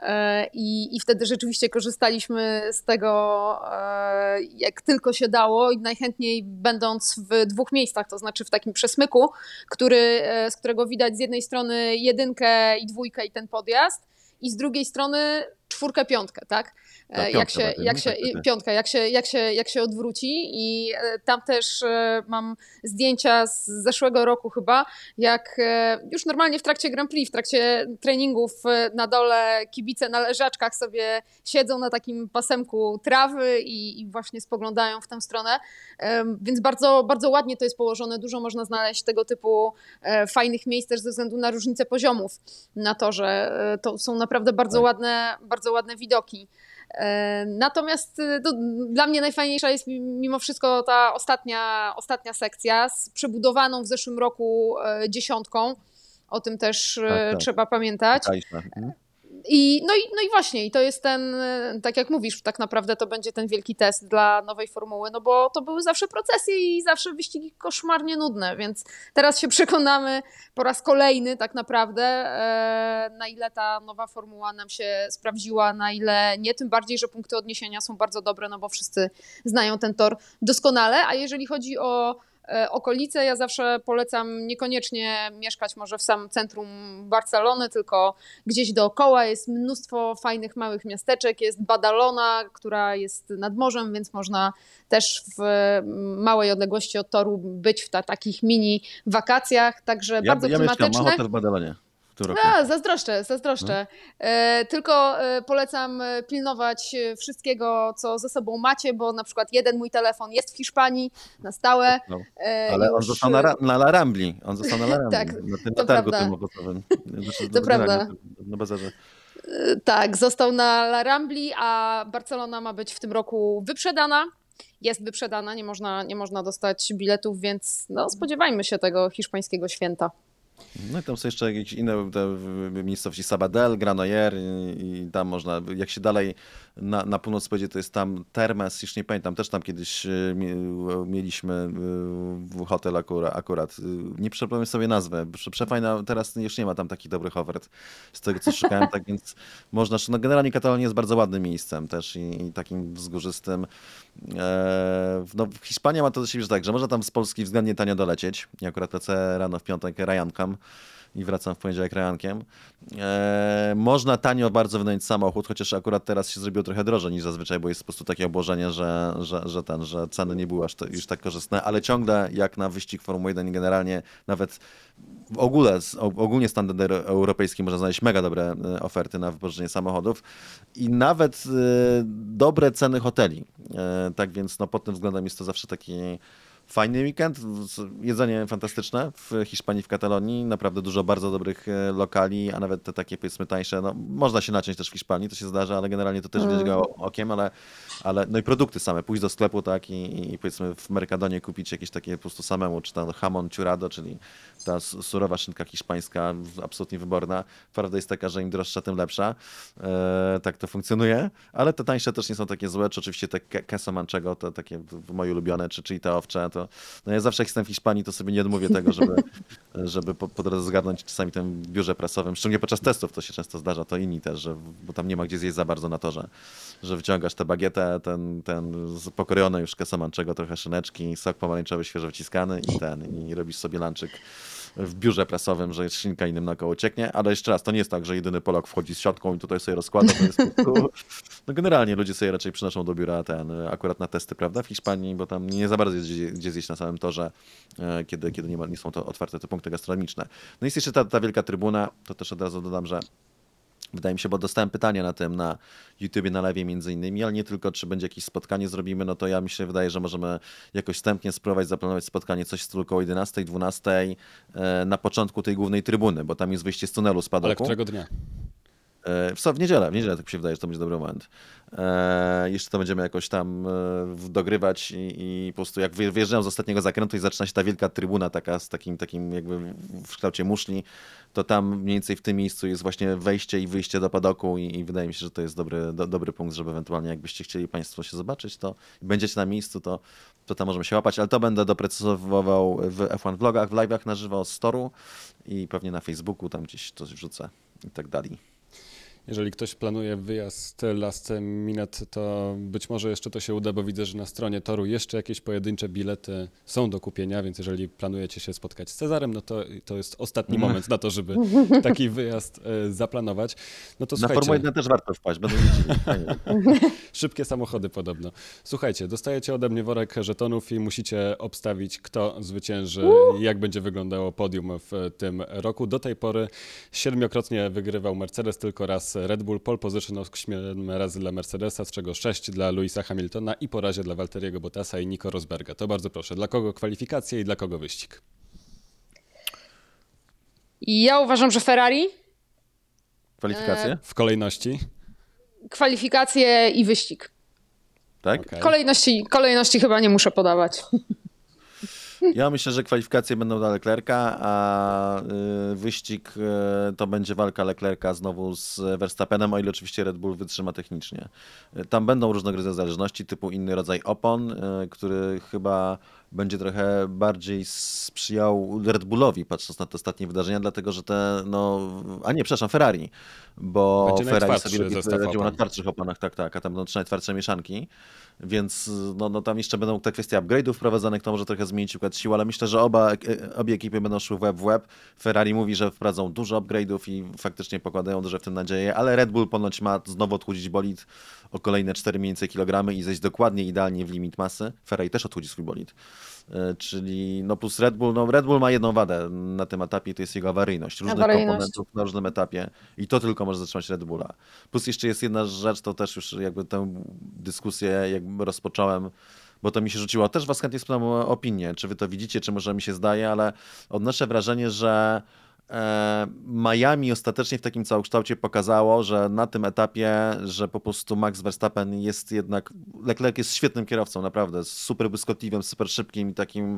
i wtedy rzeczywiście korzystaliśmy z tego, jak tylko się dało i najchętniej będąc w dwóch miejscach, to znaczy w takim przesmyku, z którego widać z jednej strony 1 i 2 i ten podjazd i z drugiej strony 4, 5, tak? Jak się odwróci i tam też mam zdjęcia z zeszłego roku chyba, jak już normalnie w trakcie Grand Prix, w trakcie treningów na dole kibice na leżaczkach sobie siedzą na takim pasemku trawy i właśnie spoglądają w tę stronę, więc bardzo, bardzo ładnie to jest położone, dużo można znaleźć tego typu fajnych miejsc też ze względu na różnicę poziomów na torze. To są naprawdę bardzo ładne widoki. Natomiast dla mnie najfajniejsza jest mimo wszystko ta ostatnia sekcja z przebudowaną w zeszłym roku 10. O tym też trzeba pamiętać. No i właśnie, i to jest ten, tak jak mówisz, tak naprawdę to będzie ten wielki test dla nowej formuły, no bo to były zawsze procesje i zawsze wyścigi koszmarnie nudne, więc teraz się przekonamy po raz kolejny tak naprawdę, na ile ta nowa formuła nam się sprawdziła, na ile nie, tym bardziej, że punkty odniesienia są bardzo dobre, no bo wszyscy znają ten tor doskonale, a jeżeli chodzi o okolice, ja zawsze polecam niekoniecznie mieszkać może w samym centrum Barcelony, tylko gdzieś dookoła jest mnóstwo fajnych małych miasteczek, jest Badalona, która jest nad morzem, więc można też w małej odległości od toru być w takich mini wakacjach, także bardzo klimatyczne. Ja mieszkam, mam hotel w Badalonie. Zazdroszczę. Tylko polecam pilnować wszystkiego, co ze sobą macie, bo na przykład mój telefon jest w Hiszpanii na stałe. No. Ale on został na La Rambli. Tak, na tym targu tym owocowym. To prawda. Na bazarze. Tak, został na La Rambli, a Barcelona ma być w tym roku wyprzedana. Jest wyprzedana, nie można dostać biletów, więc no, spodziewajmy się tego hiszpańskiego święta. No i tam są jeszcze jakieś inne miejscowości, Sabadell, Granollers i tam można, jak się dalej na północ pojedzie, to jest tam Termes, już nie pamiętam, też tam kiedyś mieliśmy hotel akurat. Nie przypomnę sobie nazwę, przefajna, teraz już nie ma tam takich dobrych ofert z tego, co szukałem, tak więc można, no generalnie Katalonia jest bardzo ładnym miejscem też i takim wzgórzystym. No, Hiszpania ma to do siebie, że tak, że można tam z Polski względnie tanio dolecieć. Ja akurat lecę rano w piątek Ryanairem i wracam w poniedziałek Ryanairem. Można tanio bardzo wynająć samochód, chociaż akurat teraz się zrobiło trochę drożej niż zazwyczaj, bo jest po prostu takie obłożenie, że ceny nie były już tak korzystne, ale ciągle jak na wyścig Formuły 1 generalnie nawet ogólnie standardy europejskie można znaleźć mega dobre oferty na wypożyczenie samochodów i nawet dobre ceny hoteli. Tak więc no, pod tym względem jest to zawsze taki fajny weekend, jedzenie fantastyczne w Hiszpanii, w Katalonii, naprawdę dużo bardzo dobrych lokali, a nawet te takie powiedzmy tańsze, no można się naciąć też w Hiszpanii, to się zdarza, ale generalnie to też widać go okiem, ale no i produkty same, pójść do sklepu, tak, i powiedzmy w Mercadonie kupić jakieś takie po prostu samemu, czy tam jamon curado, czyli ta surowa szynka hiszpańska, absolutnie wyborna. Prawda jest taka, że im droższa, tym lepsza. Tak to funkcjonuje, ale te tańsze też nie są takie złe, czy oczywiście te queso manchego, to takie moje ulubione, czyli te owcze, to no ja zawsze jak jestem w Hiszpanii, to sobie nie odmówię tego, żeby po drodze zgarnąć czasami w biurze prasowym, szczególnie podczas testów to się często zdarza, to inni też, bo tam nie ma gdzie zjeść za bardzo na torze, że wyciągasz tę bagietę, ten pokrojone już queso manchego, trochę szyneczki, sok pomarańczowy świeżo wciskany i robisz sobie lunchik w biurze prasowym, że szynka innym naokoło cieknie, ale jeszcze raz, to nie jest tak, że jedyny Polak wchodzi z siatką i tutaj sobie rozkłada, to jest po prostu... No generalnie ludzie sobie raczej przynoszą do biura akurat na testy, prawda, w Hiszpanii, bo tam nie za bardzo jest gdzie zjeść na samym torze, kiedy nie są to otwarte te punkty gastronomiczne. No jest jeszcze ta wielka trybuna, to też od razu dodam, że wydaje mi się, bo dostałem pytania na YouTubie, na live między innymi, ale nie tylko, czy będzie jakieś spotkanie zrobimy, no to ja mi się wydaje, że możemy jakoś wstępnie spróbować zaplanować spotkanie, coś w stylu około 11, 12 na początku tej głównej trybuny, bo tam jest wyjście z tunelu z padoku. Ale którego dnia? W niedzielę tak mi się wydaje, że to będzie dobry moment. Jeszcze to będziemy jakoś tam dogrywać i po prostu jak wyjeżdżam z ostatniego zakrętu i zaczyna się ta wielka trybuna taka z takim jakby w kształcie muszli, to tam mniej więcej w tym miejscu jest właśnie wejście i wyjście do padoku i wydaje mi się, że to jest dobry punkt, żeby ewentualnie jakbyście chcieli Państwo się zobaczyć, to będziecie na miejscu, to tam możemy się łapać, ale to będę doprecyzowywał w F1 vlogach, w live'ach na żywo z toru i pewnie na Facebooku, tam gdzieś to wrzucę i tak dalej. Jeżeli ktoś planuje wyjazd last minute, to być może jeszcze to się uda, bo widzę, że na stronie toru jeszcze jakieś pojedyncze bilety są do kupienia, więc jeżeli planujecie się spotkać z Cezarem, no to jest ostatni moment na to, żeby taki wyjazd zaplanować. No to na Formułę 1 też warto wpaść, będą jeździli. Szybkie samochody podobno. Słuchajcie, dostajecie ode mnie worek żetonów i musicie obstawić, kto zwycięży i jak będzie wyglądało podium w tym roku. Do tej pory 7-krotnie wygrywał Mercedes, tylko raz Red Bull, pole position 8 razy dla Mercedesa, z czego 6 dla Lewisa Hamiltona i po razie dla Valtteriego Bottasa i Nico Rosberga. To bardzo proszę, dla kogo kwalifikacje i dla kogo wyścig? Ja uważam, że Ferrari. Kwalifikacje? W kolejności? Kwalifikacje i wyścig. Tak? Okay. Kolejności chyba nie muszę podawać. Ja myślę, że kwalifikacje będą dla Leclerca, a wyścig to będzie walka Leclerca znowu z Verstappenem, o ile oczywiście Red Bull wytrzyma technicznie. Tam będą różnego rodzaju zależności, typu inny rodzaj opon, który chyba będzie trochę bardziej sprzyjał Red Bullowi, patrząc na te ostatnie wydarzenia, dlatego że Ferrari, bo Ferrari sobie radziło na twardszych oponach, tak, a tam będą 3 najtwardsze mieszanki, więc no tam jeszcze będą te kwestie upgrade'ów wprowadzanych, to może trochę zmienić układ sił, ale myślę, że obie ekipy będą szły w łeb. Ferrari mówi, że wprowadzą dużo upgrade'ów i faktycznie pokładają duże w tym nadzieje, ale Red Bull ponoć ma znowu odchudzić bolid o kolejne 4 mniej więcej kilogramy i zejść dokładnie idealnie w limit masy. Ferrari też odchudzi swój bolid. Czyli no plus Red Bull ma jedną wadę na tym etapie, to jest jego awaryjność. Różnych komponentów na różnym etapie i to tylko może zatrzymać Red Bulla. Plus jeszcze jest jedna rzecz, to też już jakby tę dyskusję jakby rozpocząłem, bo to mi się rzuciło. Też was chętnie spytam o opinię, czy wy to widzicie, czy może mi się zdaje, ale odnoszę wrażenie, że Miami ostatecznie w takim całokształcie pokazało, że na tym etapie, że po prostu Max Verstappen jest jednak, Leclerc jest świetnym kierowcą, naprawdę, super błyskotliwym, super szybkim i takim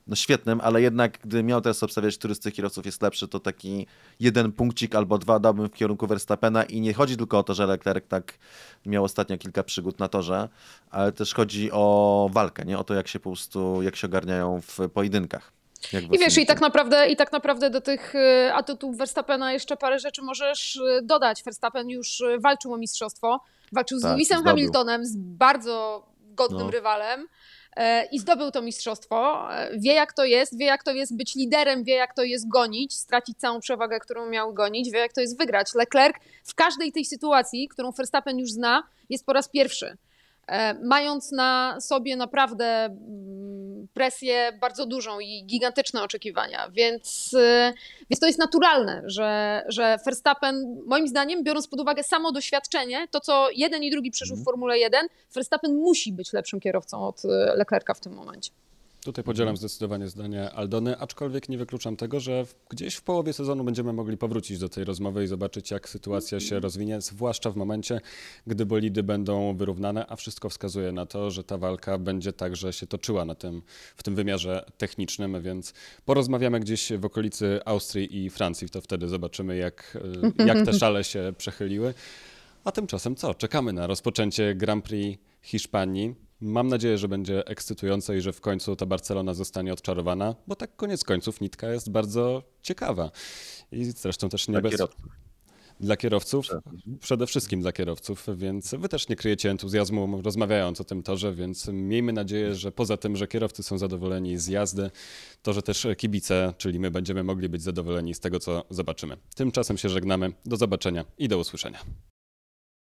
świetnym, ale jednak gdy miał teraz obstawiać, który z tych kierowców jest lepszy, to taki jeden punkcik albo dwa dałbym w kierunku Verstappena i nie chodzi tylko o to, że Leclerc tak miał ostatnio kilka przygód na torze, ale też chodzi o walkę, nie? O to, jak się po prostu, jak się ogarniają w pojedynkach. I wiesz, i tak naprawdę do tych atutów Verstappena jeszcze parę rzeczy możesz dodać. Verstappen już walczył o mistrzostwo, walczył z Lewisem Hamiltonem, z bardzo godnym rywalem i zdobył to mistrzostwo. Wie jak to jest być liderem, wie jak to jest gonić, stracić całą przewagę, którą miał gonić, wie jak to jest wygrać. Leclerc w każdej tej sytuacji, którą Verstappen już zna, jest po raz pierwszy. Mając na sobie naprawdę presję bardzo dużą i gigantyczne oczekiwania, więc to jest naturalne, że Verstappen, moim zdaniem, biorąc pod uwagę samo doświadczenie, to co jeden i drugi przeżył w Formule 1, Verstappen musi być lepszym kierowcą od Leclerca w tym momencie. Tutaj podzielam zdecydowanie zdanie Aldony, aczkolwiek nie wykluczam tego, że gdzieś w połowie sezonu będziemy mogli powrócić do tej rozmowy i zobaczyć, jak sytuacja się rozwinie, zwłaszcza w momencie, gdy bolidy będą wyrównane, a wszystko wskazuje na to, że ta walka będzie także się toczyła w tym wymiarze technicznym, więc porozmawiamy gdzieś w okolicy Austrii i Francji, to wtedy zobaczymy, jak te szale się przechyliły. A tymczasem co? Czekamy na rozpoczęcie Grand Prix Hiszpanii. Mam nadzieję, że będzie ekscytujące i że w końcu ta Barcelona zostanie odczarowana, bo tak koniec końców nitka jest bardzo ciekawa. I zresztą też nie dla kierowców, przede wszystkim dla kierowców, więc wy też nie kryjecie entuzjazmu rozmawiając o tym torze, więc miejmy nadzieję, że poza tym, że kierowcy są zadowoleni z jazdy, to że też kibice, czyli my będziemy mogli być zadowoleni z tego, co zobaczymy. Tymczasem się żegnamy. Do zobaczenia i do usłyszenia.